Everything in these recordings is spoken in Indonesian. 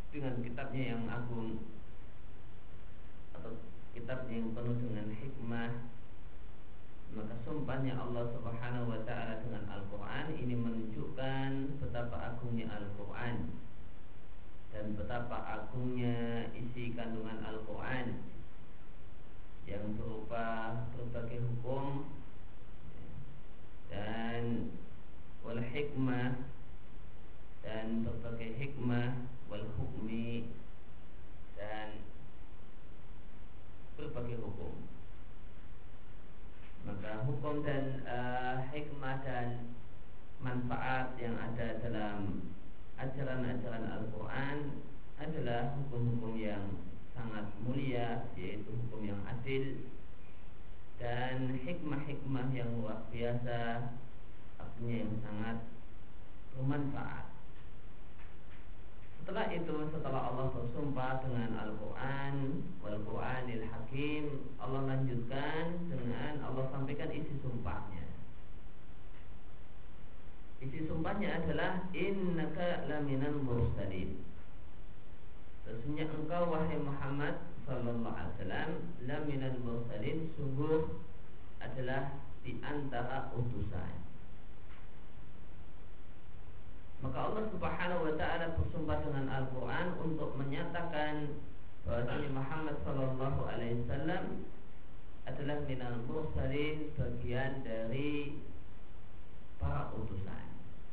dengan kitabnya yang agung atau kitabnya yang penuh dengan hikmah, maka sumpahnya Allah Subhanahu wa ta'ala dengan Al-Quran ini menunjukkan betapa agungnya Al-Quran dan betapa agungnya isi kandungan Al-Quran yang berupa berbagai hukum dan wal hikmah dan berbagai hikmah wal hukmi dan berbagai hukum. Maka hukum dan hikmah dan manfaat yang ada dalam ajaran-ajaran Al-Quran adalah hukum-hukum yang sangat mulia, yaitu hukum yang adil dan hikmah-hikmah yang luar biasa, artinya yang sangat bermanfaat. Setelah itu, setelah Allah bersumpah dengan Al-Quran wal Quranil Hakim, Allah lanjutkan dengan Allah sampaikan isi sumpahnya. Isi sumpahnya adalah innaka laminal mursalin. Sesungguhnya engkau wahai Muhammad sallallahu alaihi wasallam laminal mursalin, sungguh adalah di antara utusan. Maka Allah Subhanahu wa ta'ala bersumpah dengan Al-Quran untuk menyatakan bahwasanya Muhammad sallallahu alaihi wasallam adalah minal mursalin, bagian dari para utusan.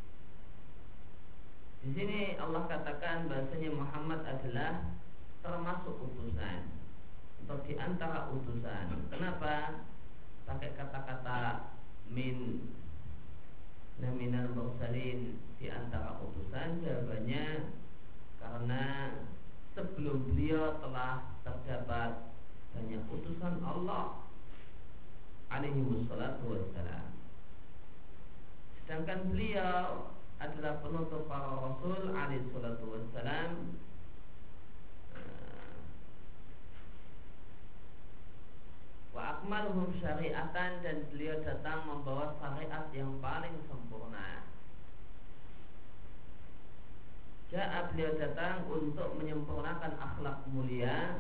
Di sini Allah katakan bahwasanya Muhammad adalah termasuk utusan, atau di antara utusan. Kenapa pakai kata-kata min? Minal mursalin, di antara utusan. Jawabannya karena sebelum beliau telah terdapat banyak utusan Allah alaihi wassalatu wassalam. Sedangkan beliau adalah penutup para rasul alaihi salatu wassalam. Wa akmaluhum syariatan, dan beliau datang membawa syariat yang paling sempurna. Ja'a, beliau datang untuk menyempurnakan akhlak mulia.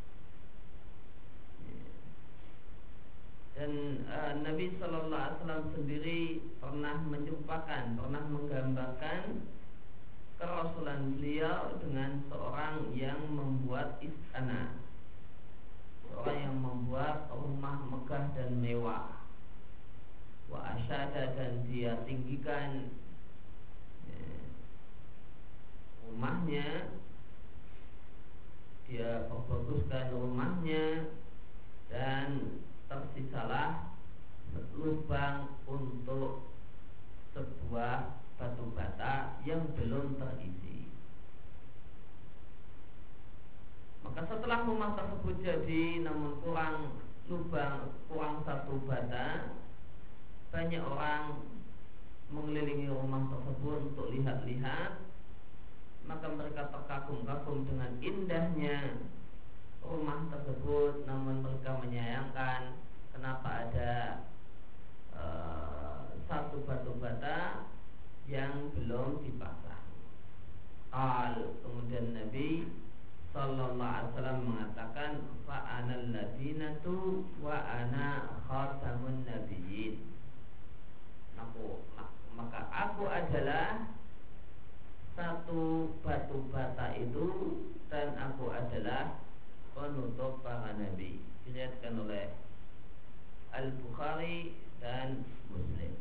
Dan Nabi Sallallahu Alaihi Wasallam sendiri pernah menyerupakan, pernah menggambarkan kerasulan beliau dengan seorang yang membuat istana, seorang yang membuat rumah megah dan mewah. Wa asyada, dan dia tinggikan rumahnya, dia perbaguskan rumahnya, dan tersisalah lubang untuk sebuah batu bata yang belum terisi. Maka setelah rumah tersebut jadi namun kurang lubang, kurang satu bata, banyak orang mengelilingi rumah tersebut untuk lihat-lihat. Maka mereka terkagum-kagum dengan indahnya rumah tersebut, namun mereka menyayangkan kenapa ada satu batu bata yang belum dipasang. Kemudian Nabi Sallallahu Alaihi Wasallam mengatakan, fa anal ladinatu wa ana khatamun nabiyyin. Maka aku adalah satu batu bata itu, dan aku adalah penutup para nabi. Diriwayatkan oleh Al-Bukhari dan Muslim.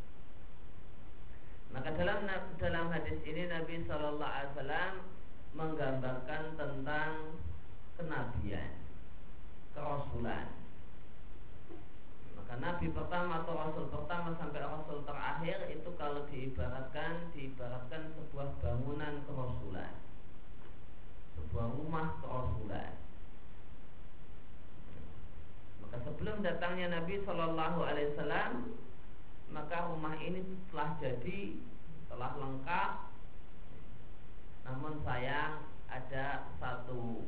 Maka dalam hadis ini Nabi Sallallahu Alaihi Wasallam menggambarkan tentang kenabian, kerasulan. Maka nabi pertama atau rasul pertama sampai rasul terakhir itu kalau diibaratkan sebuah bangunan kerasulan, sebuah rumah kerasulan. Maka sebelum datangnya Nabi Sallallahu Alaihi Wasallam, maka rumah ini telah jadi, telah lengkap. Namun sayang ada satu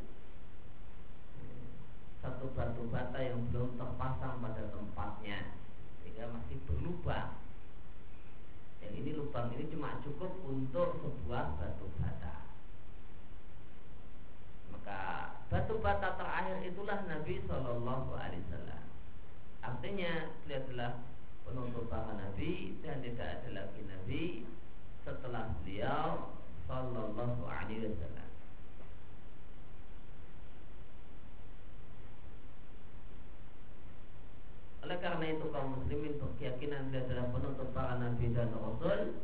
batu bata yang belum terpasang pada tempatnya, sehingga masih berlubang. Yang ini lubang ini cuma cukup untuk sebuah batu bata. Maka batu bata terakhir itulah Nabi Shallallahu Alaihi Wasallam. Artinya beliau adalah penutup para nabi dan tidak ada lagi nabi setelah beliau Shallallahu Alaihi Wasallam. Oleh karena itu kaum muslimin berkeyakinan beliau adalah penutup para nabi dan rasul,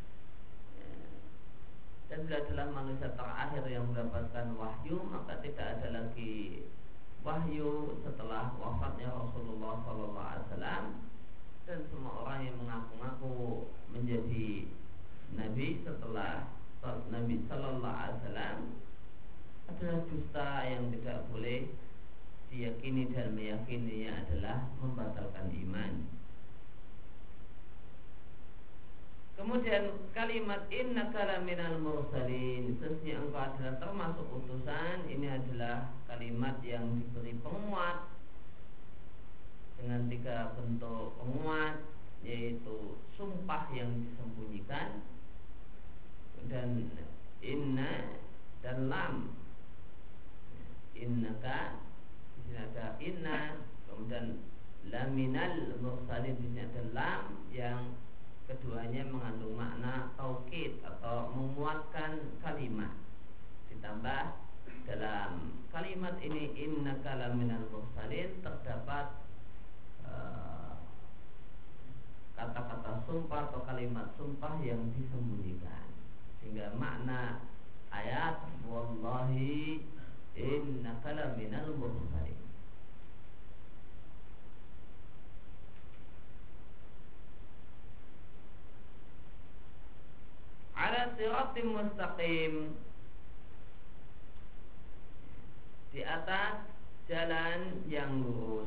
dan beliau adalah manusia terakhir yang mendapatkan wahyu. Maka tidak ada lagi wahyu setelah wafatnya Rasulullah SAW. Dan semua orang yang mengaku-ngaku menjadi nabi setelah Nabi Sallallahu Alaihi Wasallam adalah dusta yang tidak boleh diyakini, dan meyakininya adalah membatalkan iman. Kemudian kalimat innaka laminal mursalin, sesungguhnya engkau adalah termasuk utusan, ini adalah kalimat yang diberi penguat dengan 3 bentuk penguat, yaitu sumpah yang disembunyikan, dan inna dan lam. Innaka, di sini ada inna, kemudian laminal mursalin, di sini ada lam yang keduanya mengandung makna taukid atau menguatkan kalimat. Ditambah dalam kalimat ini innaka laminal mursalin terdapat kata-kata sumpah atau kalimat sumpah yang disembunyikan, sehingga makna ayat wallahi innaka laminal mursalin. Ala siratim mustaqim, di atas jalan yang lurus.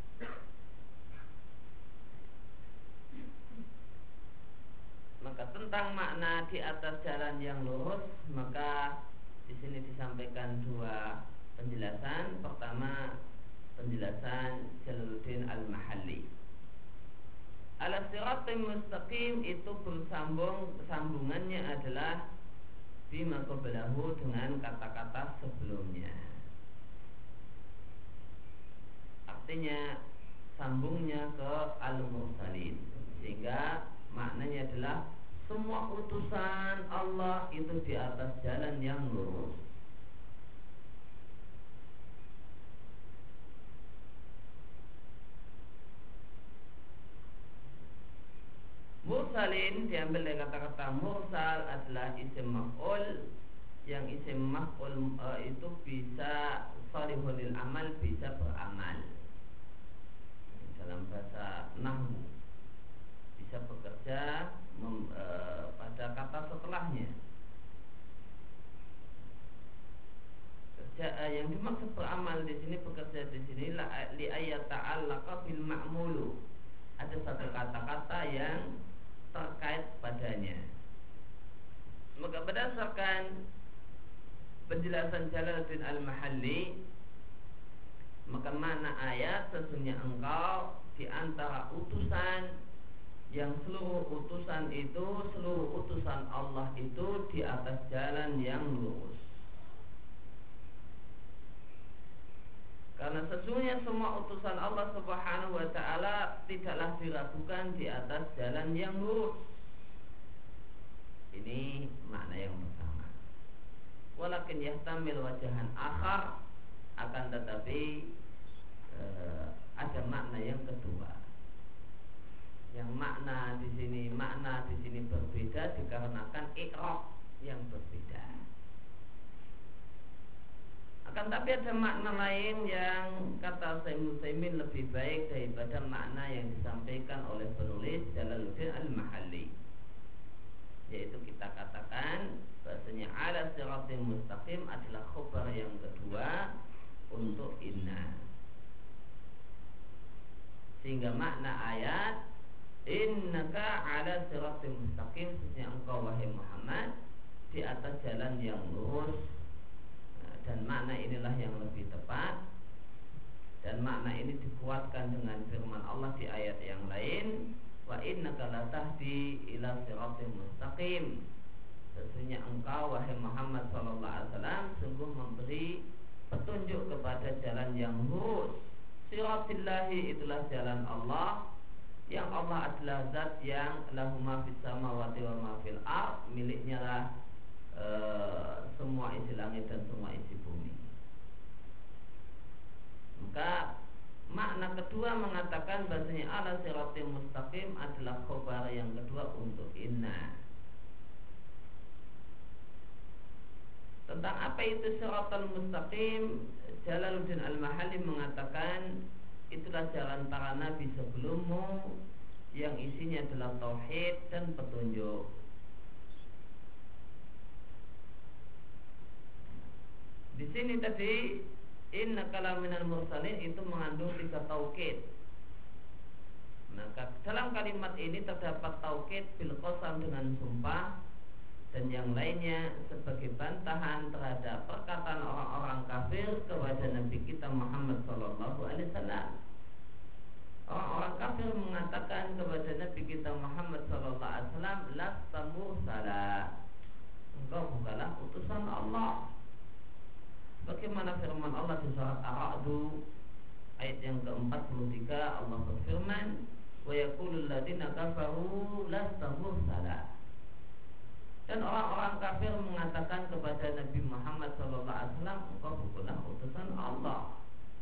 Maka tentang makna di atas jalan yang lurus, maka di sini disampaikan 2 penjelasan. Pertama, penjelasan Jalaluddin Al-Mahalli. Ala siratim mustaqim itu sambungannya adalah bima qablahu, dengan kata-kata sebelumnya. Artinya sambungnya ke al-mursalin, sehingga maknanya adalah semua utusan Allah itu di atas jalan yang lurus. Mursalin diambil dari kata-kata mursal, adalah isim maf'ul, yang isim maf'ul itu bisa shalihun lil amal, bisa beramal. Dalam bahasa nahwu bisa bekerja pada kata setelahnya. Yang dimaksud beramal di sini, bekerja di sini li ayat ta'allaqa bil ma'mulu. Ada satu kata-kata yang terkait padanya. Maka berdasarkan penjelasan Jalaluddin Al-Mahalli, maka makna ayat sesungguhnya engkau di antara utusan, yang seluruh utusan itu, seluruh utusan Allah itu di atas jalan yang lurus. Karena sesungguhnya semua utusan Allah Subhanahu wa ta'ala tidaklah diragukan di atas jalan yang lurus. Ini makna yang pertama. Walakin yahtamil wajahan akhar, akan tetapi ada makna yang kedua. Yang makna di sini berbeda dikarenakan i'rab yang berbeda. Akan tapi ada makna lain yang kata Syekh Utsaimin lebih baik daripada makna yang disampaikan oleh penulis Jalaluddin Al-Mahalli, yaitu kita katakan bahasanya ala siratim mustaqim adalah khabar yang kedua untuk inna, sehingga makna ayat innaka ala siratim mustaqim, sesungguhnya engkau wahai Muhammad di atas jalan yang lurus. Dan makna inilah yang lebih tepat, dan makna ini dikuatkan dengan firman Allah di ayat yang lain, wa innaka latahdi ila siratim mustaqim, sesungguhnya engkau wahai Muhammad sallallahu alaihi wasallam sungguh memberi petunjuk kepada jalan yang lurus. Siratillahi, itulah jalan Allah, yang Allah adalah zat yang lahu ma fis samawati wa ma fil ard, miliknya lah semua isi langit dan semua isi bumi. Maka makna kedua mengatakan bahasanya ala siratil mustaqim adalah khobar yang kedua untuk inna. Tentang apa itu siratal mustaqim, Jalaluddin Al-Mahalli mengatakan itulah jalan para nabi sebelummu yang isinya adalah tauhid dan petunjuk. Di sini tadi innaka laminal mursalin itu mengandung 3 taukid. Maka dalam kalimat ini terdapat taukid bil qasam dengan sumpah, dan yang lainnya sebagai bantahan terhadap perkataan orang-orang kafir kepada Nabi kita Muhammad sallallahu alaihi wasallam. Orang-orang kafir mengatakan kepada Nabi kita Muhammad sallallahu alaihi wasallam, lasta mursala, engkau bukanlah utusan Allah. Bagaimana firman Allah di surat Ar-Ra'd ayat yang ke-43, Allah berfirman, wa yaqulul ladzina kafaru lasta mursala. Dan orang-orang kafir mengatakan kepada Nabi Muhammad SAW, engkau bukanlah utusan Allah.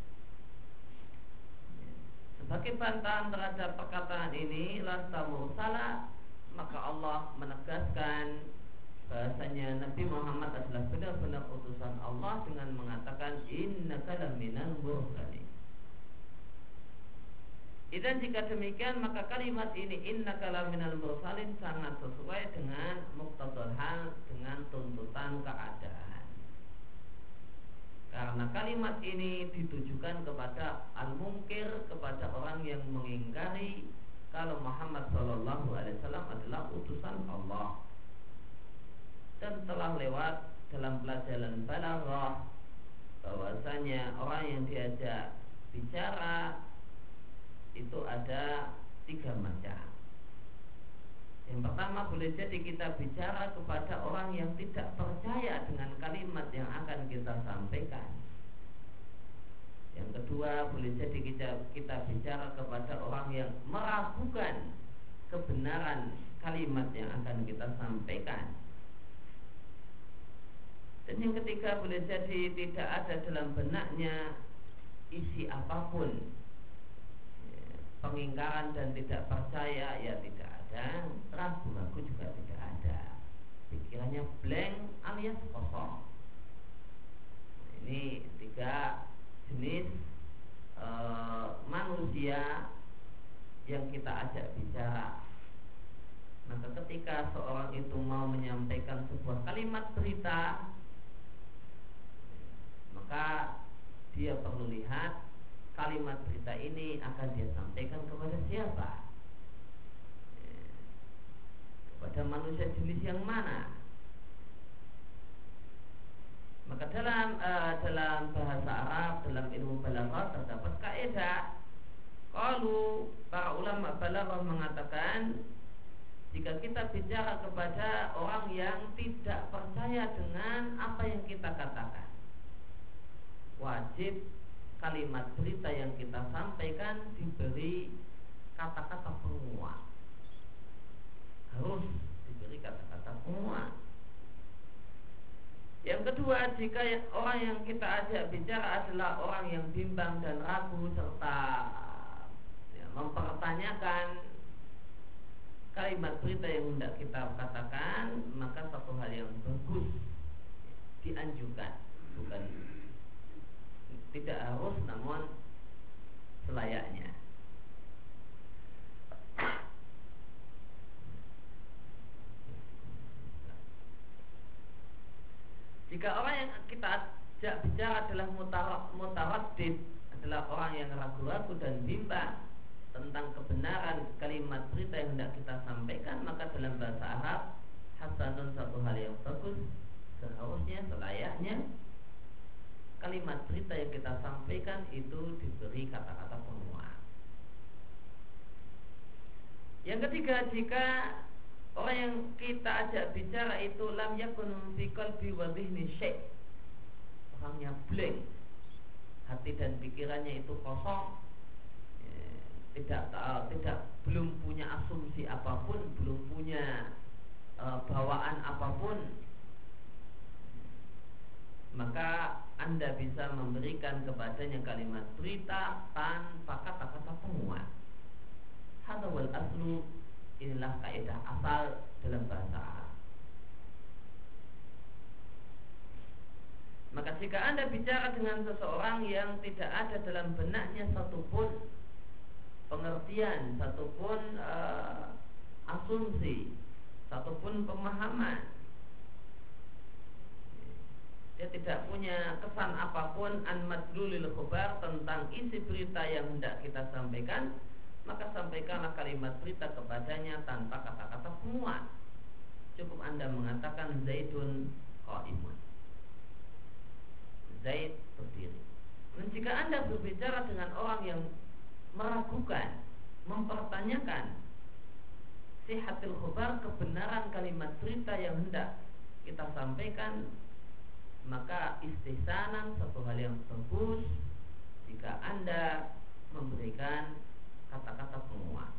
Sebagai bantahan terhadap perkataan ini, lasta mursala, maka Allah menegaskan bahasanya Nabi Muhammad adalah benar-benar utusan Allah dengan mengatakan innaka laminal mursalin. Dan jika demikian, maka kalimat ini innaka laminal mursalin sangat sesuai dengan muqtadal hal, dengan tuntutan keadaan. Karena kalimat ini ditujukan kepada al-munkir, kepada orang yang mengingkari kalau Muhammad sallallahu alaihi wasallam adalah utusan Allah. Dan telah lewat dalam pelajaran balaghah bahwasanya orang yang diajak bicara itu ada 3 macam. Yang pertama, boleh jadi kita bicara kepada orang yang tidak percaya dengan kalimat yang akan kita sampaikan. Yang kedua, boleh jadi kita bicara kepada orang yang meragukan kebenaran kalimat yang akan kita sampaikan. Dan yang ketiga, boleh jadi tidak ada dalam benaknya isi apapun, pengingkaran dan tidak percaya ya tidak ada, ragu-ragu juga tidak ada, pikirannya blank alias kosong. Ini 3 jenis manusia yang kita ajak bicara. Maka ketika seorang itu mau menyampaikan sebuah kalimat berita, maka dia perlu lihat kalimat berita ini akan dia sampaikan kepada siapa, kepada manusia jenis yang mana. Maka dalam bahasa Arab, dalam ilmu balaghah terdapat kaidah. Kalau para ulama balaghah mengatakan, jika kita bicara kepada orang yang tidak percaya dengan apa yang kita katakan, wajib kalimat berita yang kita sampaikan diberi kata-kata penguat. Harus diberi kata-kata penguat. Yang kedua, jika orang yang kita ajak bicara adalah orang yang bimbang dan ragu serta mempertanyakan kalimat berita yang hendak kita katakan, maka satu hal yang bagus dianjurkan, bukan tidak harus, namun selayaknya. Jika orang yang kita ajak bicara adalah mutaraddid, adalah orang yang ragu-ragu dan bimbang tentang kebenaran kalimat berita yang hendak kita sampaikan, maka dalam bahasa Arab, hasanun, satu hal yang bagus, seharusnya, selayaknya kalimat berita yang kita sampaikan itu diberi kata-kata penguat. Yang ketiga, jika orang yang kita ajak bicara itu lam yakun fi qalbi wa dhihni syai', orangnya blank, hati dan pikirannya itu kosong, belum punya asumsi apapun, belum punya bawaan apapun, maka Anda bisa memberikan kepadanya kalimat berita tanpa kata-kata penguat. Hadza wal aslu, inilah kaidah asal dalam bahasa Arab. Maka jika Anda bicara dengan seseorang yang tidak ada dalam benaknya satupun pengertian, satupun asumsi, satupun pemahaman, dia tidak punya kesan apapun an madlulil khabar, tentang isi berita yang hendak kita sampaikan, maka sampaikanlah kalimat berita kepadanya tanpa kata-kata penguat. Cukup Anda mengatakan Zaidun qa'imun, Zaid berdiri. Dan jika Anda berbicara dengan orang yang meragukan, mempertanyakan sihhatul khabar, kebenaran kalimat berita yang hendak kita sampaikan, maka istihsanan, satu hal yang bagus jika Anda memberikan kata-kata penguat.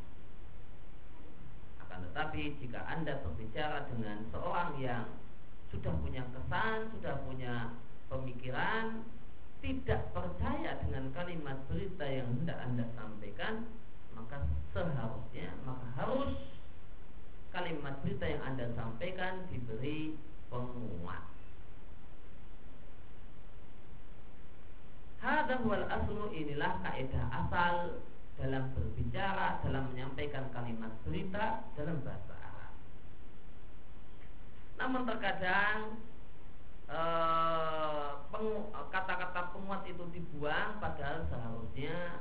Akan tetapi jika Anda berbicara dengan seorang yang sudah punya kesan, sudah punya pemikiran, tidak percaya dengan kalimat berita yang hendak Anda sampaikan, maka harus kalimat berita yang Anda sampaikan diberi penguat. Hadza huwal aslu, inilah kaidah asal dalam berbicara, dalam menyampaikan kalimat berita dalam bahasa Arab. Namun terkadang kata-kata penguat itu dibuang, padahal seharusnya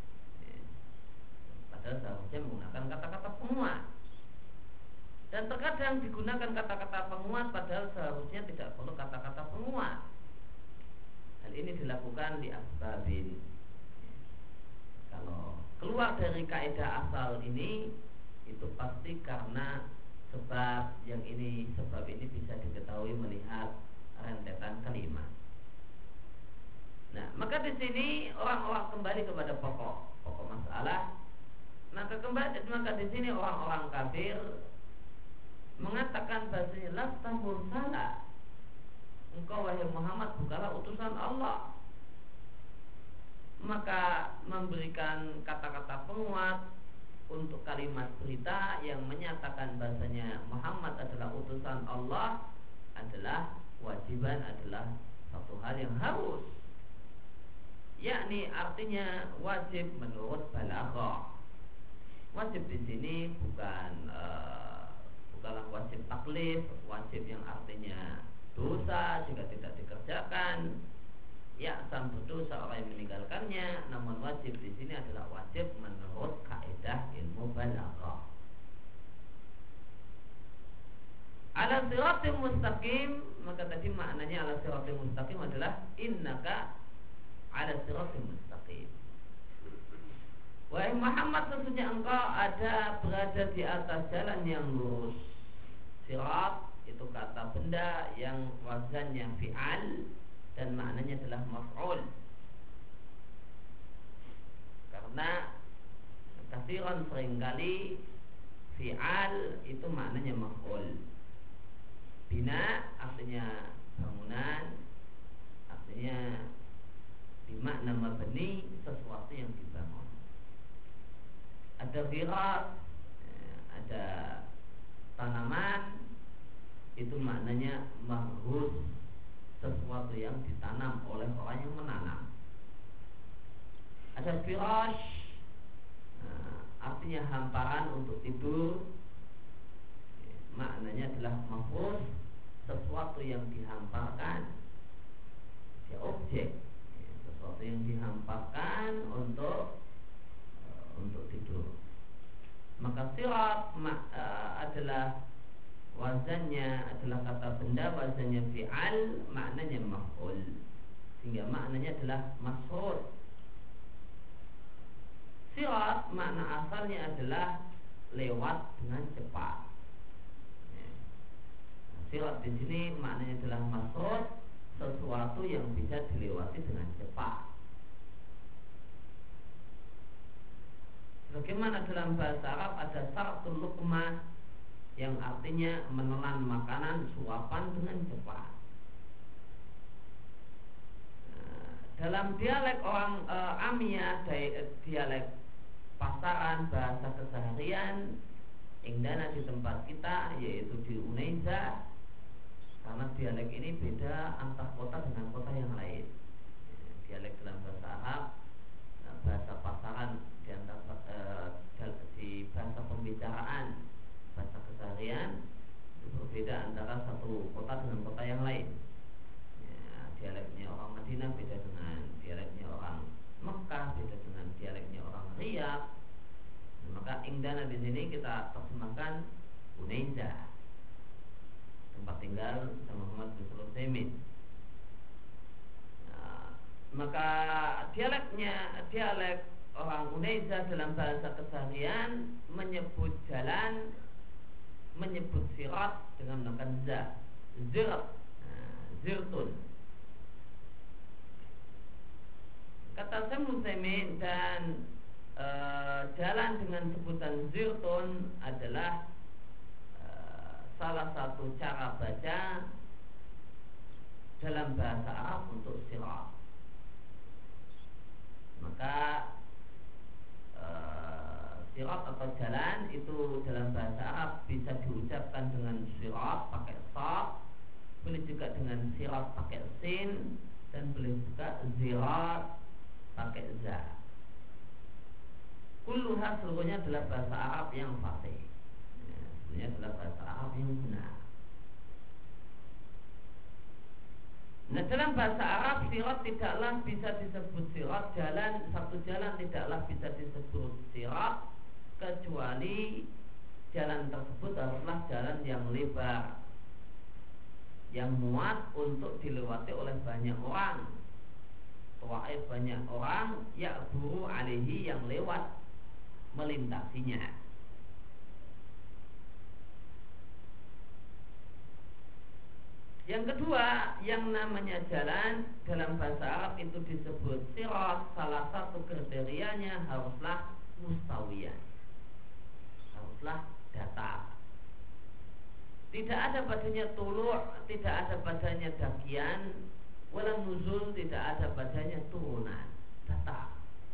menggunakan kata-kata penguat. Dan terkadang digunakan kata-kata penguat padahal seharusnya tidak perlu kata-kata penguat. Hal ini dilakukan li asbabin. Kalau keluar dari kaidah asal ini, itu pasti karena sebab ini bisa diketahui melihat rentetan kalimat. Nah, maka di sini orang-orang kembali kepada pokok masalah. Maka di sini orang-orang kafir mengatakan bahasanya lasta mursala, engkau wahai Muhammad bukanlah utusan Allah. Maka memberikan kata-kata penguat untuk kalimat berita yang menyatakan bahasanya Muhammad adalah utusan Allah adalah wajiban, adalah satu hal yang harus, yakni artinya wajib menurut balaghah. Wajib di sini bukanlah wajib taklif, wajib yang artinya dosa jika tidak dikerjakan, sam berdosa orang yang meninggalkannya. Namun wajib di sini adalah wajib menurut kaidah ilmu balaghah. Ala siratim mustaqim, maka tadi maknanya ala siratim mustaqim adalah innaka ala siratim mustaqim. Wahai Muhammad, sesungguhnya engkau berada di atas jalan yang lurus. Sirat itu kata benda yang wazannya fi'al dan maknanya adalah maf'ul. Karena katsiran seringkali fi'al itu maknanya maf'ul. Bina artinya bangunan, artinya bimakna mabni, sesuatu yang dibangun. Ada ghiras, ada tanaman, itu maknanya mahus, sesuatu yang ditanam oleh orang yang menanam. Ada firash, artinya hamparan untuk tidur, maknanya adalah mahus, sesuatu yang dihamparkan, objek, sesuatu yang dihamparkan untuk tidur. Maka sirat adalah wazannya adalah kata benda, wazannya fi'al, maknanya maf'ul, sehingga maknanya adalah mas'ud. Sirat makna asalnya adalah lewat dengan cepat. Sirat di sini maknanya adalah mas'ud, sesuatu yang bisa dilewati dengan cepat. sebagaimana dalam bahasa Arab ada sartul luqmah yang artinya menelan makanan suapan dengan cepat. Dalam dialek orang Amiyah, dialek pasaran, bahasa keseharian, indana di tempat kita yaitu di Uneza, karena dialek ini beda antar kota dengan kota yang lain. Dialek dalam bahasa Arab, bahasa pasaran di bahasa pembicaraan, bahasa keseharian itu berbeda antara satu kota dengan kota yang lain. Dialeknya orang Madinah beda dengan dialeknya orang Mekah, beda dengan dialeknya orang Riyadh. Maka indana di sini kita terjemahkan Uneza, tempat tinggal Muhammad bin Sulaiman. Maka dialek orang Uneza dalam bahasa keseharian menyebut jalan, menyebut sirat dengan menggunakan za, zirat, zirtun. Kata Syekh Utsaimin, dan jalan dengan sebutan zirtun adalah salah satu cara baca dalam bahasa Arab untuk sirat. Maka sirat atau jalan itu dalam bahasa Arab bisa diucapkan dengan sirat pakai sa, boleh juga dengan sirat pakai sin, dan boleh juga zirat pakai za. Kulluha seluruhnya adalah bahasa Arab yang fasih. Seluruhnya adalah bahasa Arab yang benar. Nah, dalam bahasa Arab sirat tidaklah bisa disebut sirat, jalan, satu jalan tidaklah bisa disebut sirat kecuali jalan tersebut haruslah jalan yang lebar, yang muat untuk dilewati oleh banyak orang. Wa'id banyak orang, ya'buru alaihi, yang lewat melintasinya. Yang kedua, yang namanya jalan dalam bahasa Arab itu disebut sirat. Salah satu kriterianya haruslah mustawiyah, haruslah datar. Tidak ada padanya tulu', tidak ada padanya dakian, walau nuzul, tidak ada padanya turunan, datar.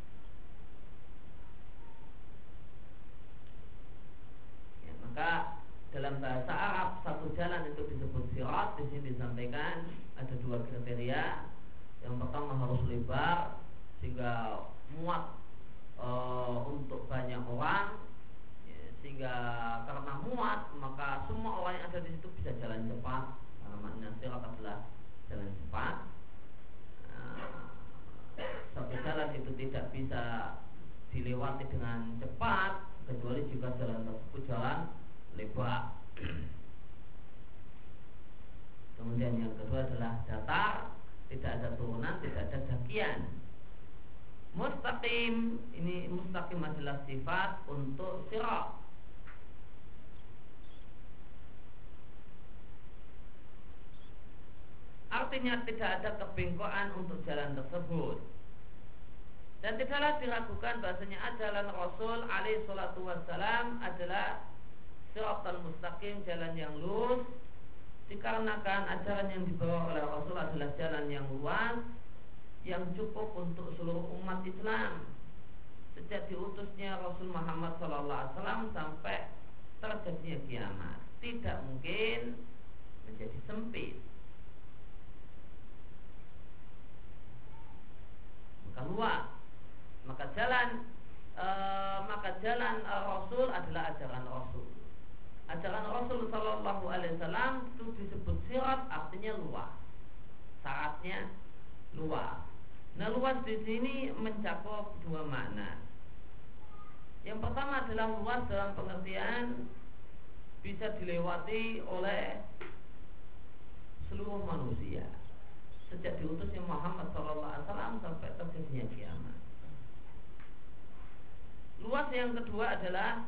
Ya, maka dalam bahasa Arab satu jalan itu disebut sirat. Di sini disampaikan ada dua kriteria. Yang pertama harus lebar sehingga muat untuk banyak orang, ya, sehingga karena muat maka semua orang yang ada di situ bisa jalan cepat. Karena makna sirat adalah jalan cepat. Satu jalan itu tidak bisa dilewati dengan cepat kecuali jika jalan tersebut jalan lebar. Kemudian yang kedua adalah datar, tidak ada turunan, tidak ada dakian. Mustaqim, ini mustaqim adalah sifat untuk sirat. Artinya tidak ada kebengkokan untuk jalan tersebut. Dan tidaklah diragukan bahasanya jalan Rasul alaihi salatu wassalam adalah siratal mustaqim, jalan yang lurus, dikarenakan ajaran yang dibawa oleh Rasul adalah jalan yang luas, yang cukup untuk seluruh umat Islam sejak diutusnya Rasul Muhammad SAW sampai terjadinya kiamat. Tidak mungkin menjadi sempit. Maka luas, maka jalan Rasul adalah ajaran Rasul. Ajaran Rasul Sallallahu Alaihi Wasallam itu disebut sirat, artinya luas. Syaratnya luas. Nah, luas di sini mencakup dua makna. Yang pertama adalah luas dalam pengertian bisa dilewati oleh seluruh manusia sejak diutusnya Muhammad SAW sampai terjadinya kiamat. Luas yang kedua adalah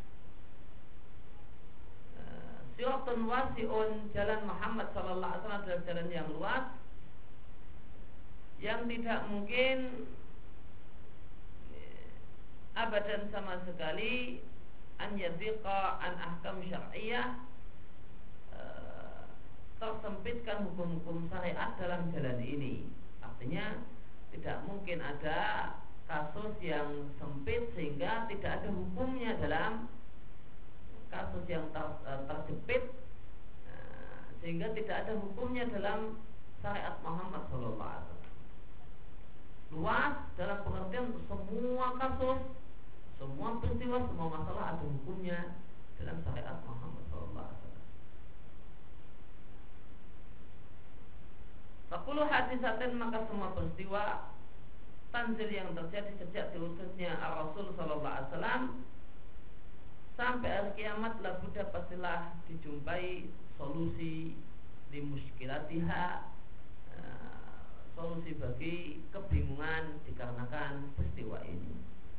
siratun wasi'un, jalan Muhammad SAW adalah jalan yang luas, yang tidak mungkin abadan sama sekali an yadhiqa an ahkam syar'iyyah, tersempitkan hukum-hukum syariat dalam jalan ini. Artinya tidak mungkin ada kasus yang sempit sehingga tidak ada hukumnya dalam kasus yang terjepit, sehingga tidak ada hukumnya dalam syariat Muhammad SAW. Luas dalam pengertian semua kasus, semua peristiwa, semua masalah ada hukumnya dalam syariat Muhammad SAW. 10 hadisatin, maka semua peristiwa tanzil yang terjadi sejak diutusnya Rasul Sallallahu Alaihi Wasallam sampai hari kiamat, la budda pastilah dijumpai solusi di muskilatiha, solusi bagi kebingungan dikarenakan peristiwa ini.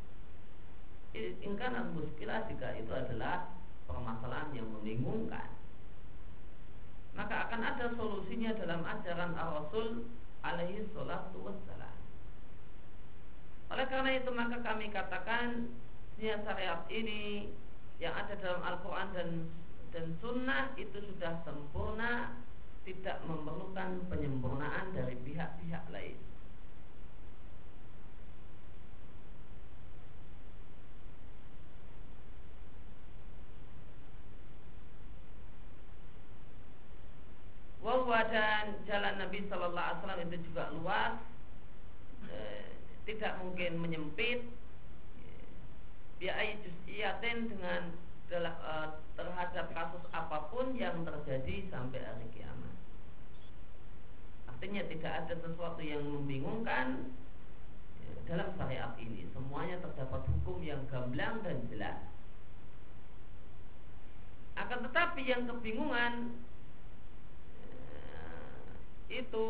Ingkana muskilah, jika itu adalah permasalahan yang membingungkan, maka akan ada solusinya dalam ajaran Ar-Rasul alaihi salatu wassalam. Oleh karena itu maka kami katakan syariat ini yang ada dalam Al-Quran dan Sunnah itu sudah sempurna, tidak memerlukan penyempurnaan dari pihak-pihak lain. Wahwa, dan jalan Nabi Sallallahu Alaihi Wasallam itu juga luas, tidak mungkin menyempit, bi'ai juz'iyatin, dengan terhadap kasus apapun yang terjadi sampai hari kiamat. Artinya tidak ada sesuatu yang membingungkan dalam syariat ini. Semuanya terdapat hukum yang gamblang dan jelas. Akan tetapi yang kebingungan itu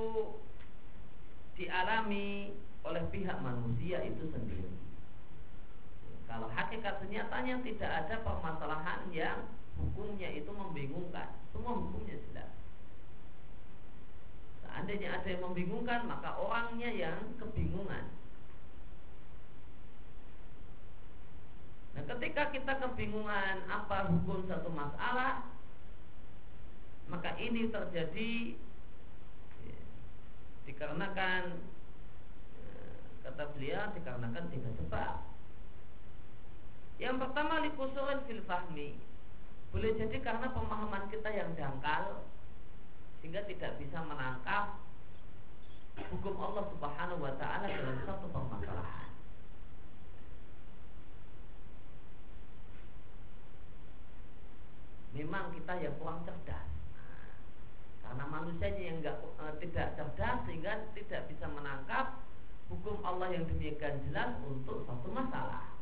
dialami oleh pihak manusia itu sendiri. Kalau hakikat senyatanya tidak ada permasalahan yang hukumnya itu membingungkan, semua hukumnya jelas. Seandainya ada yang membingungkan, maka orangnya yang kebingungan. Nah, ketika kita kebingungan apa hukum satu masalah, maka ini terjadi dikarenakan, kata beliau, dikarenakan 3 sebab. Yang pertama, likusurin fil fahmi. Boleh jadi karena pemahaman kita yang dangkal, sehingga tidak bisa menangkap hukum Allah Subhanahu wa ta'ala dalam satu permasalahan. Memang kita yang kurang cerdas, karena manusianya yang tidak cerdas, sehingga tidak bisa menangkap hukum Allah yang demikian jelas untuk satu masalah.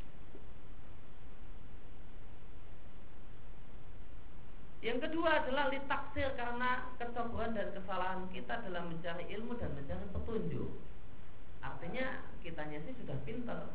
Yang kedua adalah litaksir, karena kecemburuan dan kesalahan kita dalam mencari ilmu dan mencari petunjuk. Artinya kitanya sih sudah pintar.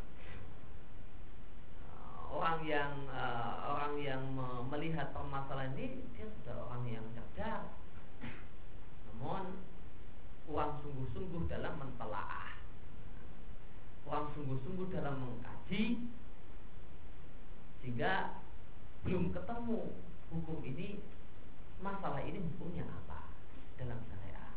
Orang yang melihat permasalahan ini, dia sudah orang yang cerdas, namun kurang sungguh-sungguh dalam mentelaah, kurang sungguh-sungguh dalam mengkaji, sehingga belum ketemu hukum ini, masalah ini hukumnya apa dalam syariat.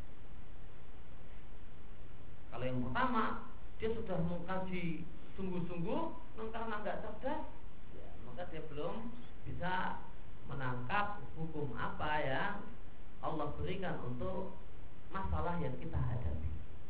Kalau yang pertama, dia sudah mengkaji sungguh-sungguh, karena nggak cerdas, ya, maka dia belum bisa menangkap hukum apa yang Allah berikan untuk masalah yang kita hadapi.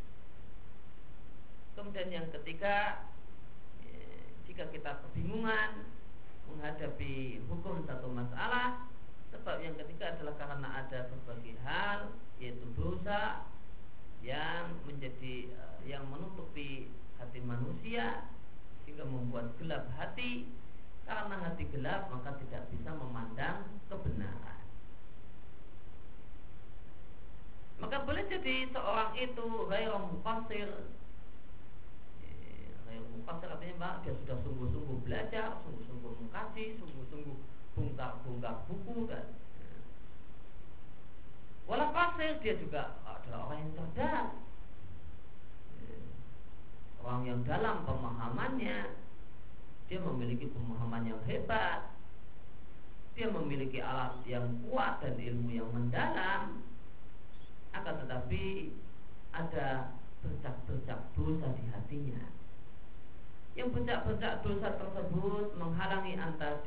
Kemudian yang ketiga, jika kita kebingungan menghadapi hukum satu masalah, sebab yang ketiga adalah karena ada berbagai hal, yaitu dosa yang menjadi yang menutupi hati manusia, sehingga membuat gelap hati. Karena hati gelap, maka tidak bisa memandang kebenaran. Maka boleh jadi seorang itu ghairu muqassir. Muqassir artinya Pak, dia sudah sungguh-sungguh belajar, sungguh-sungguh mengkaji, sungguh-sungguh bongkar-bongkar buku kan. Walau qasir, dia juga adalah orang yang cerdas, orang yang dalam pemahamannya, dia memiliki pemahaman yang hebat, dia memiliki alat yang kuat dan ilmu yang mendalam, akan tetapi ada bercak-bercak dosa di hatinya. Yang bercak-bercak dosa tersebut menghalangi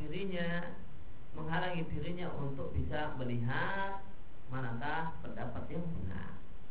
dirinya untuk bisa melihat manakah pendapat yang benar.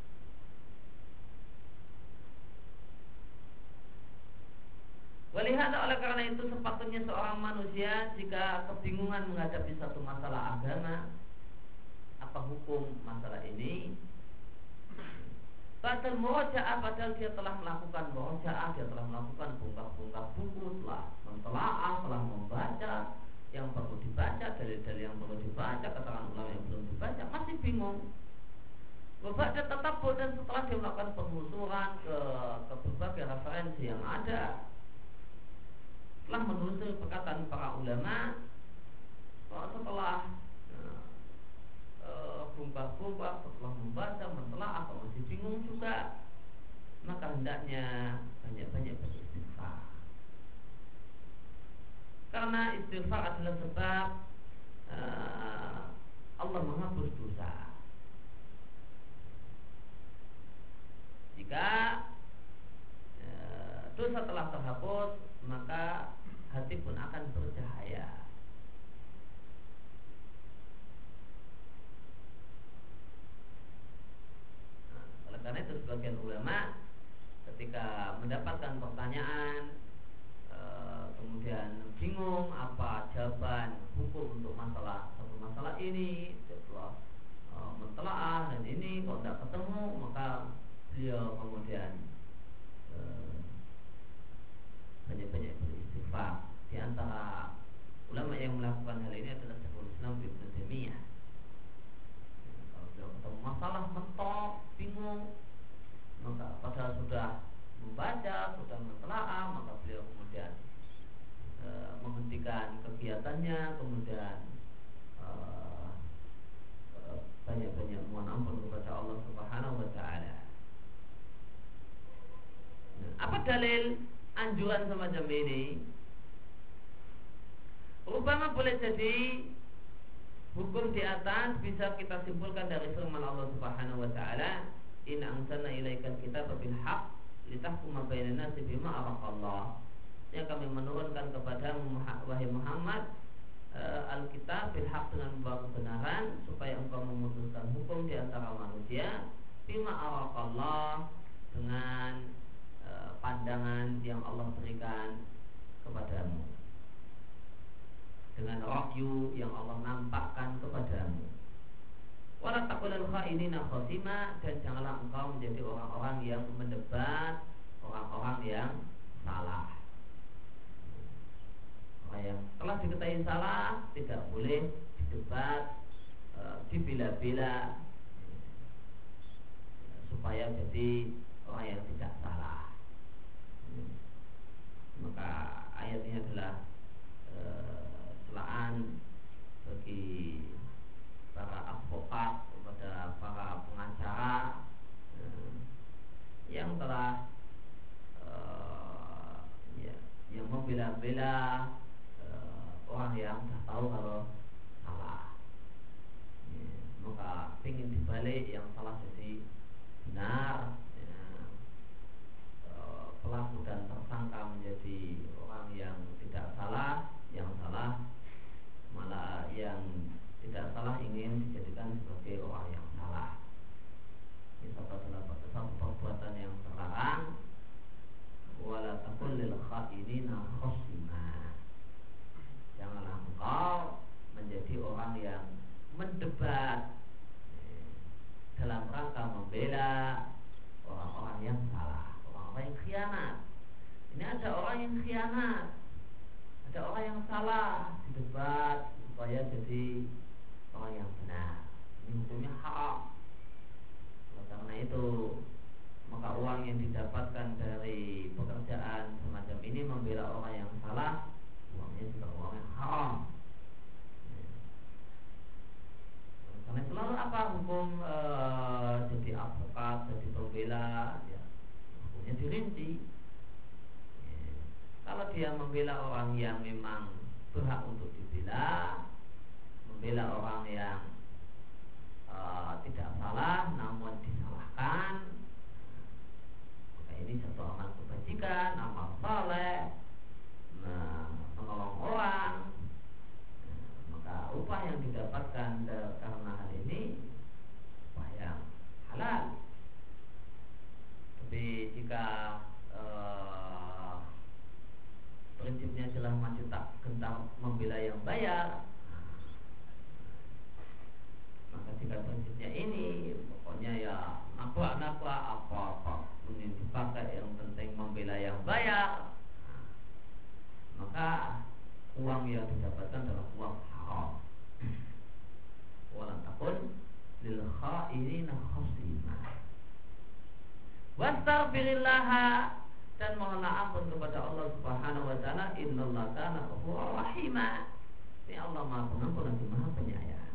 Walihada, oleh karena itu sepatutnya seorang manusia jika kebingungan menghadapi satu masalah agama, apa hukum masalah ini, padahal murojaah, padahal dia telah melakukan murojaah, dia telah melakukan bongkar-bongkar buku, telah mentelaah, telah membaca yang perlu dibaca, dalil-dalil yang perlu dibaca, keterangan ulama yang belum dibaca, masih bingung. Bapak tetap dan setelah dia melakukan penelusuran ke berbagai referensi yang ada, telah menelusuri perkataan para ulama, setelah bongkar-bongkar, setelah membaca, mentelaah, atau masih bingung juga, maka hendaknya banyak-banyak beristighfar. Karena istighfar adalah sebab Allah menghapus dosa. Jika dosa telah terhapus, maka hati pun akan bercahaya. Oleh karena itu sebagian ulama ketika mendapatkan pertanyaan, kemudian bingung apa jawaban hukum untuk satu masalah ini, setelah mentelaah dan ini kok tidak ketemu, maka beliau kemudian banyak-banyak beristighfar. Di antara ulama yang melakukan hal ini adalah Syekhul Islam Ibnu Taimiyah. Kalau beliau ketemu masalah mentok, bingung, maka padahal sudah membaca, sudah mentelaah, maka beliau kemudian menghentikan kegiatannya, kemudian banyak-banyak mohon ampun kepada Allah Subhanahu wa taala. Apa dalil anjuran semacam ini? Rupanya boleh jadi hukum di atas bisa kita simpulkan dari firman Allah Subhanahu wa taala, "Inna anzalna ilaikal kitaba bil haqq litahkuma bainan nasi bima araqallah." Yang kami menurunkan kepadamu wahai Muhammad Alkitab bil haqq, dengan membawa kebenaran, supaya engkau memutuskan hukum di antara manusia bima araqallah, dengan pandangan yang Allah berikan kepadamu, dengan wahyu yang Allah nampakkan kepadamu. Wala taqulul khainina khasima, dan janganlah engkau menjadi orang-orang yang mendebat orang-orang yang salah. Orang yang telah diketahui salah tidak boleh didebat, dibela-bela, supaya jadi orang yang tidak salah. Maka ayat ini adalah celaan bagi para advokat, kepada para pengacara yang telah yang membela-bela orang yang sudah tahu kalau salah. Maka ingin dibalik yang salah jadi benar, pelaku dan tersangka menjadi orang yang tidak salah, yang salah malah yang tidak salah ingin dijadikan sebagai orang yang salah. Ini adalah satu perbuatan yang terlarang. Wala taqul lil khainina khasima, janganlah engkau menjadi orang yang mendebat dalam rangka membela orang-orang yang salah, orang yang khianat. Ini ada orang yang khianat, ada orang yang salah, didebat supaya jadi orang yang benar. Ini hukumnya haram. Karena itu maka uang yang didapatkan dari pekerjaan semacam ini membela orang yang salah, uangnya juga uang yang haram. Karena selalu apa hukum jadi advokat, jadi pembela, ya, hukumnya dirinci. Kalau dia membela orang yang memang berhak untuk dibela, membela orang yang tidak salah namun disalahkan, maka ini satu amal kebajikan, amal saleh. Menolong orang, maka upah yang didapatkan karena hal ini upah yang halal. Tapi jika prinsipnya adalah masih tak gentar membela yang bayar, maka jika prinsipnya ini pokoknya ya nabrak apa yang dipakai, yang penting membela yang bayar, maka uang yang didapatkan adalah uang haram. Walam takun lil kha'irina khasima. Wastaghfirillah, dan mohonlah ampun kepada Allah Subhanahu wa taala. Innallaha kana ghafurur rahima. Ini Allah Maha Pengampun lagi Maha Penyayang.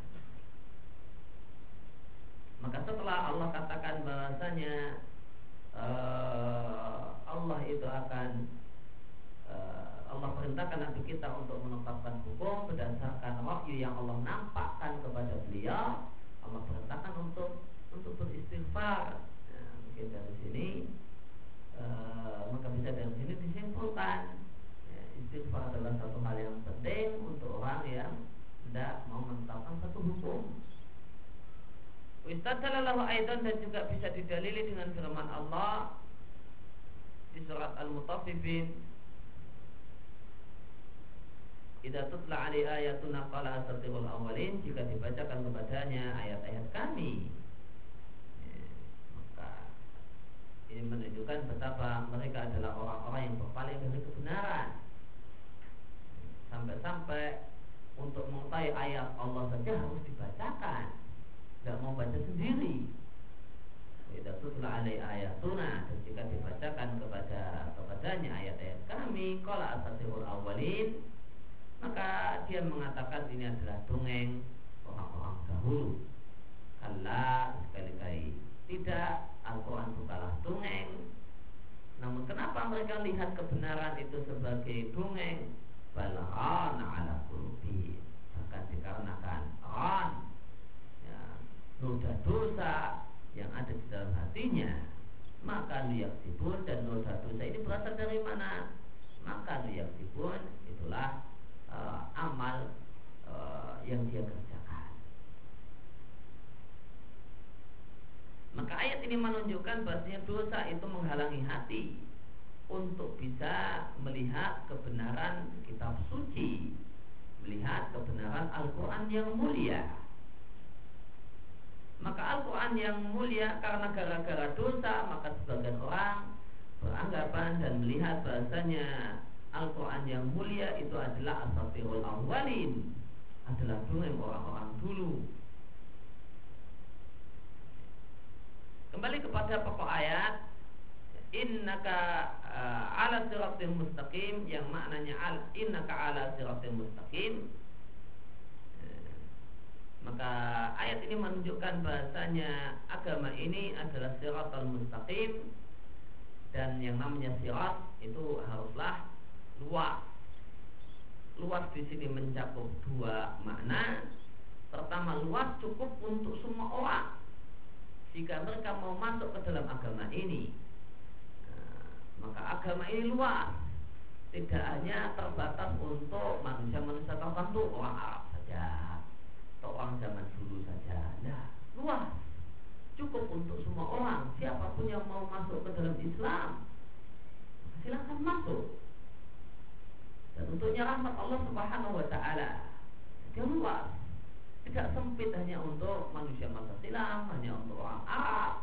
Maka setelah Allah katakan bahasanya Allah itu akan Allah perintahkan Nabi kita untuk menetapkan hukum berdasarkan wahyu yang Allah nampakkan kepada beliau. Allah perintahkan untuk beristighfar. Mungkin dari sini maka bisa dari sini disimpulkan istighfar adalah satu hal yang penting untuk orang yang tidak mau menetapkan satu hukum. Wistadallahu aidan, dan juga bisa didalili dengan firman Allah di surat Al-Mutaffifin, idza tutla alaihi ayatuna qala asatirul awwalin, jika dibacakan kepadanya ayat-ayat kami, maka ini menunjukkan betapa mereka adalah orang-orang yang berpaling dari kebenaran. Sampai-sampai untuk mengetahui ayat Allah saja harus dibacakan, tidak mau baca sendiri. Idza tutla alaihi ayatuna, dan jika dibacakan kepadanya ayat-ayat kami, qala asatirul awwalin, maka dia mengatakan ini adalah dongeng orang-orang dahulu. Kalla, sekali-kali tidak, Al-Quran bukanlah dongeng. Namun kenapa mereka lihat kebenaran itu sebagai dongeng? Bal'ana ala qulubi, bahkan dikarenakan noda dosa yang ada di dalam hatinya, maka liyaktibun, dan noda dosa ini berasal dari mana? Maka liyaktibun itulah amal yang dia kerjakan. Maka ayat ini menunjukkan bahwasanya dosa itu menghalangi hati untuk bisa melihat kebenaran kitab suci, melihat kebenaran Al-Quran yang mulia. Maka Al-Quran yang mulia, karena gara-gara dosa, maka sebagian orang beranggapan dan melihat bahasanya Al-Quran yang mulia itu adalah asatirul awwalin, adalah dongeng orang-orang dulu. Kembali kepada pokok ayat, innaka ala siratil mustaqim, yang maknanya innaka ala siratil mustaqim. Maka ayat ini menunjukkan bahasanya agama ini adalah siratal mustaqim, dan yang namanya sirat itu haruslah luas. Luas di sini mencakup dua makna. Pertama, luas cukup untuk semua orang jika mereka mau masuk ke dalam agama ini. Maka agama ini luas, tidak hanya terbatas untuk manusia-manusia tertentu, orang Arab saja atau orang zaman dulu saja. Nah, luas, cukup untuk semua orang. Siapapun yang mau masuk ke dalam Islam, silakan masuk. Dan untuknya rahmat Allah Subhanahu wa taala. Dia luas, tidak sempit hanya untuk manusia masa silam, hanya untuk orang Arab,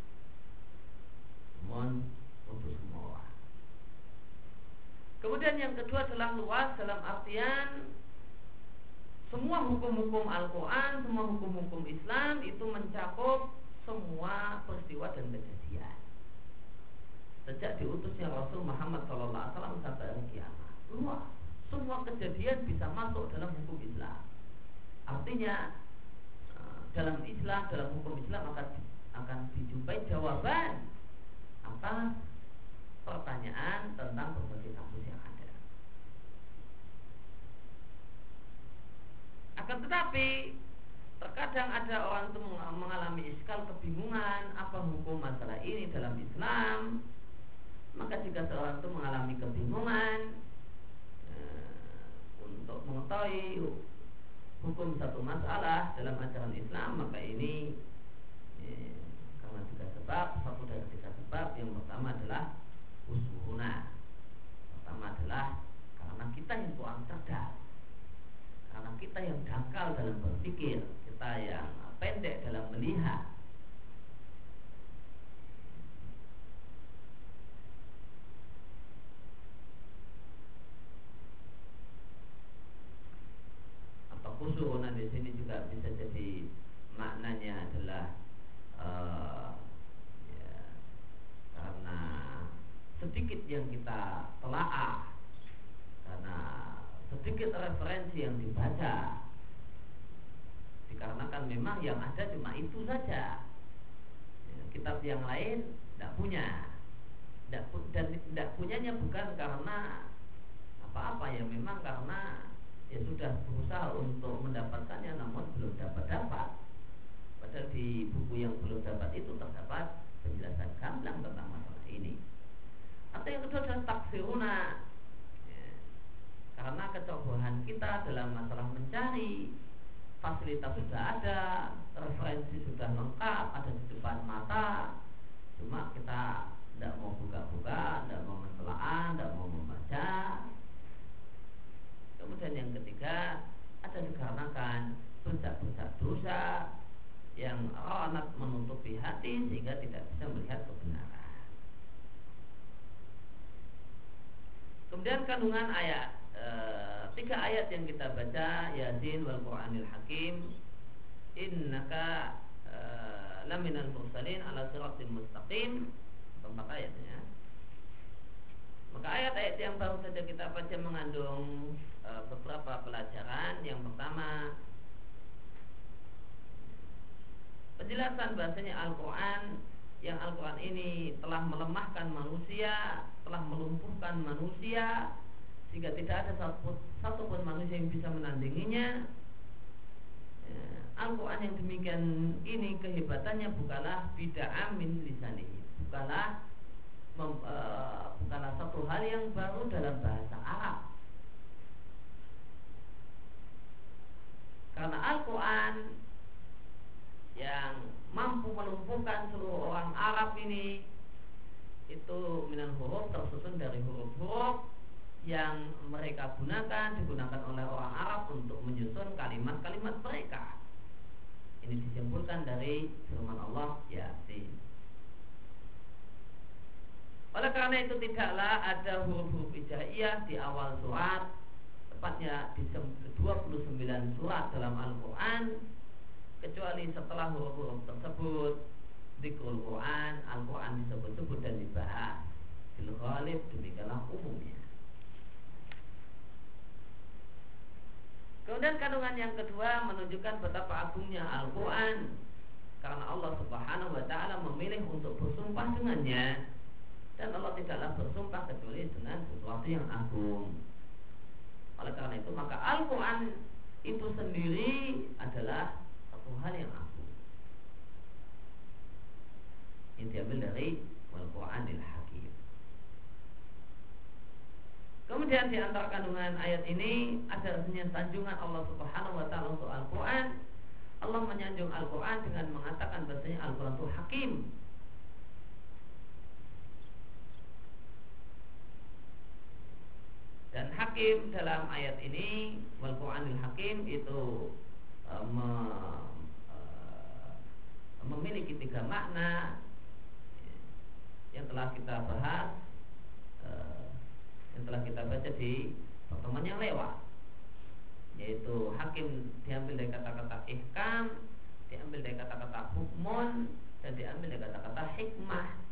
namun untuk semua orang. Kemudian yang kedua adalah luas dalam artian semua hukum-hukum Al-Quran, semua hukum-hukum Islam itu mencakup semua peristiwa dan kejadian sejak diutusnya Rasul Muhammad SAW sampai hari kiamat. Luas, semua kejadian bisa masuk dalam hukum Islam. Artinya dalam Islam, dalam hukum Islam akan dijumpai jawaban atas pertanyaan tentang berbagai kasus yang ada. tetapi terkadang ada orang itu mengalami iskal, kebingungan apa hukum masalah ini dalam Islam. Maka jika seorang itu mengalami kebingungan untuk mengetahui hukum satu masalah dalam ajaran Islam, maka ini karena tiga sebab. Satu dari tiga sebab. Yang pertama adalah usuhuna. Pertama adalah karena kita yang kurang cerdas, karena kita yang dangkal dalam berpikir, kita yang pendek dalam melihat. Atau khusyukuna di sini juga bisa jadi maknanya adalah karena sedikit yang kita telaah, karena sedikit referensi yang dibaca, dikarenakan memang yang ada cuma itu saja. Kitab yang lain tidak punya, dan tidak punyanya bukan karena apa-apa ya, memang karena ya sudah berusaha untuk mendapatkannya namun belum dapat. Padahal di buku yang belum dapat itu terdapat penjelasan gamblang tentang masalah ini. Atau yang kedua adalah taksiruna, karena kecerobohan kita dalam masalah mencari. Fasilitas sudah ada, referensi sudah lengkap, ada di depan mata, cuma kita tidak mau buka-buka, tidak mau mentelaah, tidak mau membaca. Kemudian yang ketiga, ada dikarenakan bercak-bercak dosa yang rawanat menutupi hati sehingga tidak bisa melihat kebenaran. Kemudian kandungan ayat, 3 ayat yang kita baca, Yasin wal Qur'anil Hakim, innaka laminal mursalin ala siratim mustaqim, 4 ayatnya. Maka ayat-ayat yang baru saja kita baca mengandung beberapa pelajaran. Yang pertama, penjelasan bahasanya Al-Quran, yang Al-Quran ini telah melemahkan manusia, telah melumpuhkan manusia, sehingga tidak ada satupun manusia yang bisa menandinginya. Al-Quran yang demikian ini kehebatannya bukanlah bid'ah min lisanihi, bukanlah satu hal yang baru dalam bahasa Arab. Karena Al-Quran yang mampu melumpuhkan seluruh orang Arab ini itu minal huruf, tersusun dari huruf-huruf yang mereka digunakan oleh orang Arab untuk menyusun kalimat-kalimat mereka. Ini disimpulkan dari firman Allah Yasin. Oleh karena itu tidaklah ada huruf-huruf hijaiyah di awal surat, tepatnya di 29 surat dalam Al-Quran, kecuali setelah huruf-huruf tersebut dzikrul Quran, Al-Quran disebut-sebut dan dibahas. Bil ghalib, demikianlah umumnya. Kemudian kandungan yang kedua menunjukkan betapa agungnya Al-Quran, karena Allah Subhanahu wa ta'ala memilih untuk bersumpah dengannya, dan Allah tidaklah bersumpah kecuali dengan sesuatu yang agung. Oleh karena itu maka Al-Quran itu sendiri adalah satu hal yang agung. Ini diambil dari Al-Quranil Hakim. Kemudian di antara kandungan ayat ini ada sanjungan Allah Subhanahu wa ta'ala untuk Al-Quran. Allah menyanjung Al-Quran dengan mengatakan bahasanya Al-Quran itu hakim. Dan hakim dalam ayat ini, wal Qur'anil Hakim, itu memiliki 3 makna yang telah kita bahas, yang telah kita baca di pertemuan yang lewat. Yaitu hakim diambil dari kata-kata ihkam, diambil dari kata-kata hukmun, dan diambil dari kata-kata hikmah.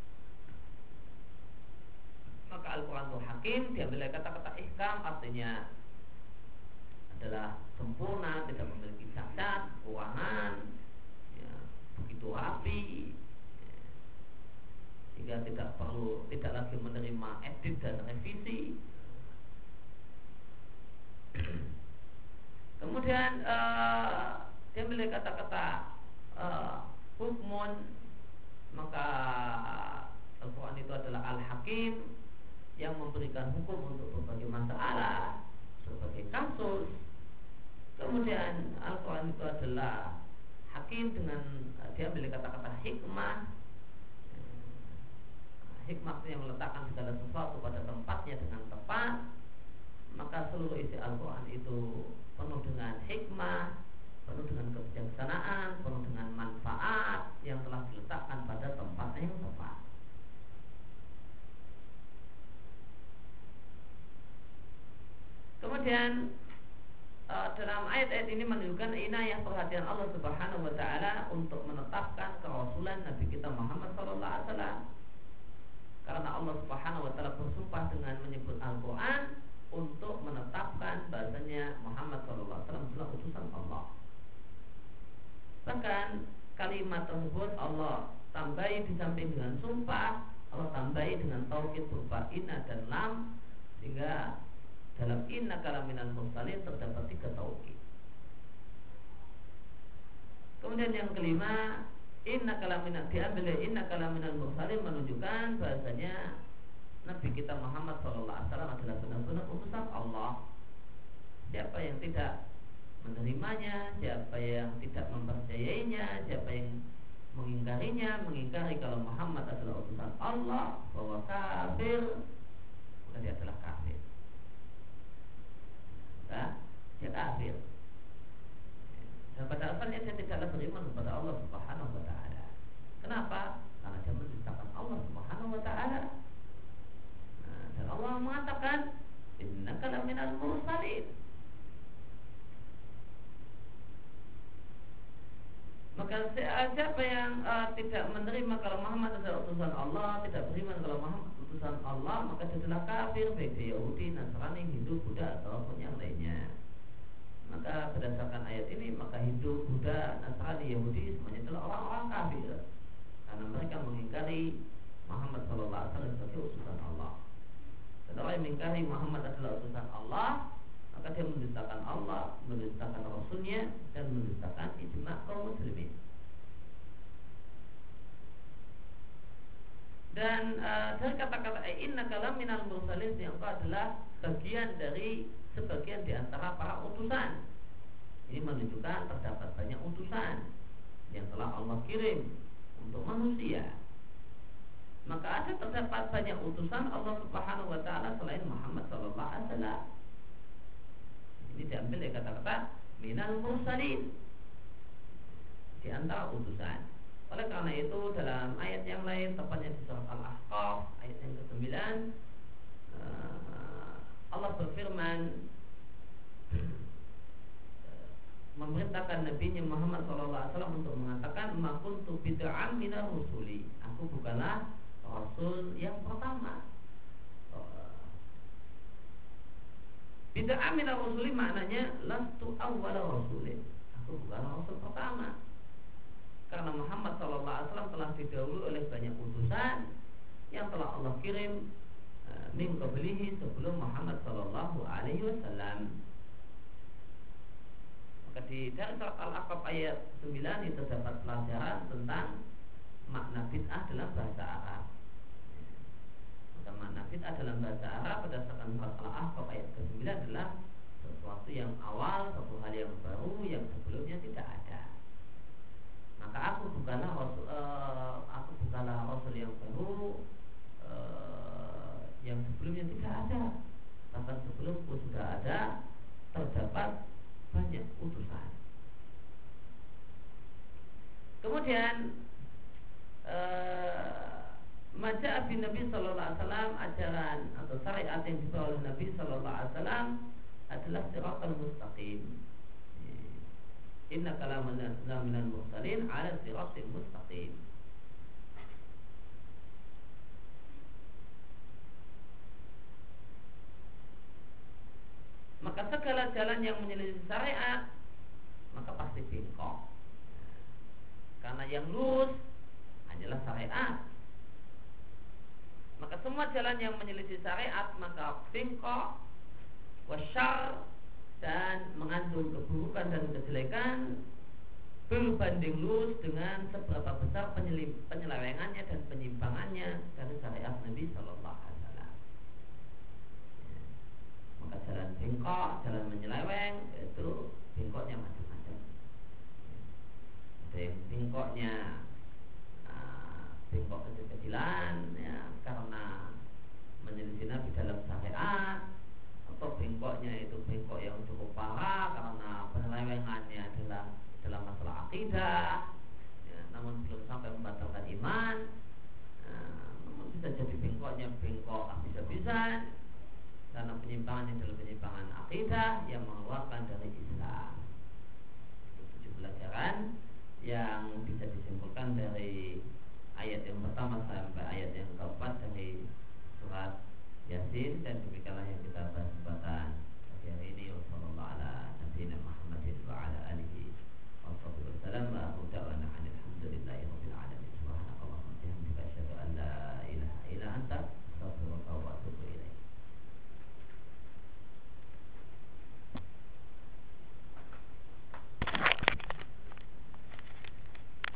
Maka Al-Quran itu hakim diambil dari kata-kata ihkam, artinya adalah sempurna, tidak memiliki cacat, kekurangan, ya, begitu rapi, ya, sehingga tidak lagi menerima edit dan revisi. Kemudian Kemudian dia memiliki kata-kata hukmun, maka Al-Quran itu adalah Al-Hakim yang memberikan hukum untuk berbagai masalah, berbagai kasus. Kemudian Al-Quran itu adalah Hakim dengan dia memiliki kata-kata hikmah. Hikmah yang meletakkan segala sesuatu pada tempatnya dengan tepat. Maka seluruh isi Al-Quran itu penuh dengan hikmah, penuh dengan kebijaksanaan, penuh dengan manfaat yang telah diletakkan pada tempatnya yang tepat. Kemudian dalam ayat-ayat ini menunjukkan inayah perhatian Allah Subhanahu wa taala untuk menetapkan kerasulan Nabi kita Muhammad sallallahu alaihi wasallam. Karena Allah Subhanahu wa taala bersumpah dengan menyebut Al-Qur'an untuk menetapkan bahasanya Muhammad sallallahu alaihi wasallam adalah utusan Allah. Bahkan kalimat tersebut Allah tambahi di samping dengan sumpah, Allah tambahi dengan taukid berupa inna dan lam, sehingga dalam inna kalaminal mursalin terdapat 3 taukid. Kemudian yang kelima, inna kalaminal mursalin menunjukkan bahasanya Nabi kita Muhammad SAW adalah benar-benar utusan Allah. Siapa yang tidak menerimanya, siapa yang tidak mempercayainya, siapa yang mengingkari kalau Muhammad adalah utusan Allah, bahwa kafir, maka dia adalah kafir. Nah, dia kafir. Dan pada asalnya dia tidaklah beriman kepada Allah Subhanahu wa taala. Kenapa? Karena dia mendustakan Allah Subhanahu wa taala. Dan Allah mengatakan innaka laminal mursalin. Maka siapa yang tidak menerima kalau Muhammad adalah utusan Allah, tidak beriman kalau Muhammad utusan Allah, maka dia adalah kafir, baik dia Yahudi, Nasrani, Hindu, Buddha ataupun yang lainnya. Maka berdasarkan ayat ini, maka Hindu, Buddha, Nasrani, Yahudi semuanya adalah orang-orang kafir, karena mereka mengingkari Muhammad SAW sebagai utusan Allah. Dan orang yang mengingkari Muhammad adalah utusan Allah, maka dia mendustakan Allah, mendustakan Rasulnya, dan mendustakan ijma' kaum muslimin. Dan dari kata-kata innaka laminal mursalin yang adalah bagian dari sebagian di antara para utusan. Ini menunjukkan terdapat banyak utusan yang telah Allah kirim untuk manusia. Maka ada terdapat banyak utusan Allah Subhanahu wa taala selain Muhammad sallallahu alaihi wasallam. Ini diambil dari kata-kata minal mursalin, di antara utusan. Oleh karena itu dalam ayat yang lain, tepatnya di surat Al-Ahqaf ayat yang ke-9, Allah berfirman memerintahkan Nabi Muhammad SAW untuk mengatakan ma kuntu bid'an minar rusuli. Aku bukanlah rasul yang pertama. Bid'an minar rusuli maknanya lastu awwala rasulin. Aku bukanlah rasul pertama. Karena Muhammad SAW telah didahului oleh banyak utusan yang telah Allah kirim min qablihi sebelum Muhammad SAW. Maka di dari surat Al-Ahqaf ayat 9 itu terdapat pelajaran tentang makna bid'ah dalam bahasa Arab. Maka makna bid'ah dalam bahasa Arab berdasarkan surat Al-Ahqaf ayat ke-9 adalah sesuatu yang awal, suatu hal yang baru yang sebelumnya tidak ada. Maka aku bukanlah rasul yang baru, yang sebelumnya tidak ada. Bahkan sebelumku sudah ada, terdapat banyak utusan. Kemudian maja'a bin Nabi sallallahu alaihi wasallam, ajaran atau syariat yang dibawa oleh Nabi sallallahu alaihi wasallam adalah siratal mustaqim. Inna kalamana minal mursalin ala siratil mustaqim. Maka segala jalan yang menyelisih syariat maka pasti bengkok. Karena yang lurus hanyalah syariat. Maka semua jalan yang menyelisih syariat maka bengkok, wasyar, dan mengandung keburukan dan kejelekan berbanding lurus dengan seberapa besar penyelewengannya dan penyimpangannya dari syariat Nabi Sallallahu Alaihi Wasallam. Maka jalan bengkok, jalan menyeleweng, itu bengkoknya macam-macam. Ada yang bengkoknya bengkok kecil-kecilan, ya, karena menyelisih Nabi dalam syariat, atau bengkoknya itu bengkok yang cukup parah karena penyelewengannya adalah dalam masalah akidah, ya, namun belum sampai membatalkan iman. Namun bisa jadi bengkoknya bengkok habis-habisan karena penyimpangannya adalah penyimpangan akidah yang mengeluarkan dari Islam. Itu 7 pelajaran yang bisa disimpulkan dari ayat yang pertama sampai ayat yang keempat dari surat Yasin, dan demikianlah yang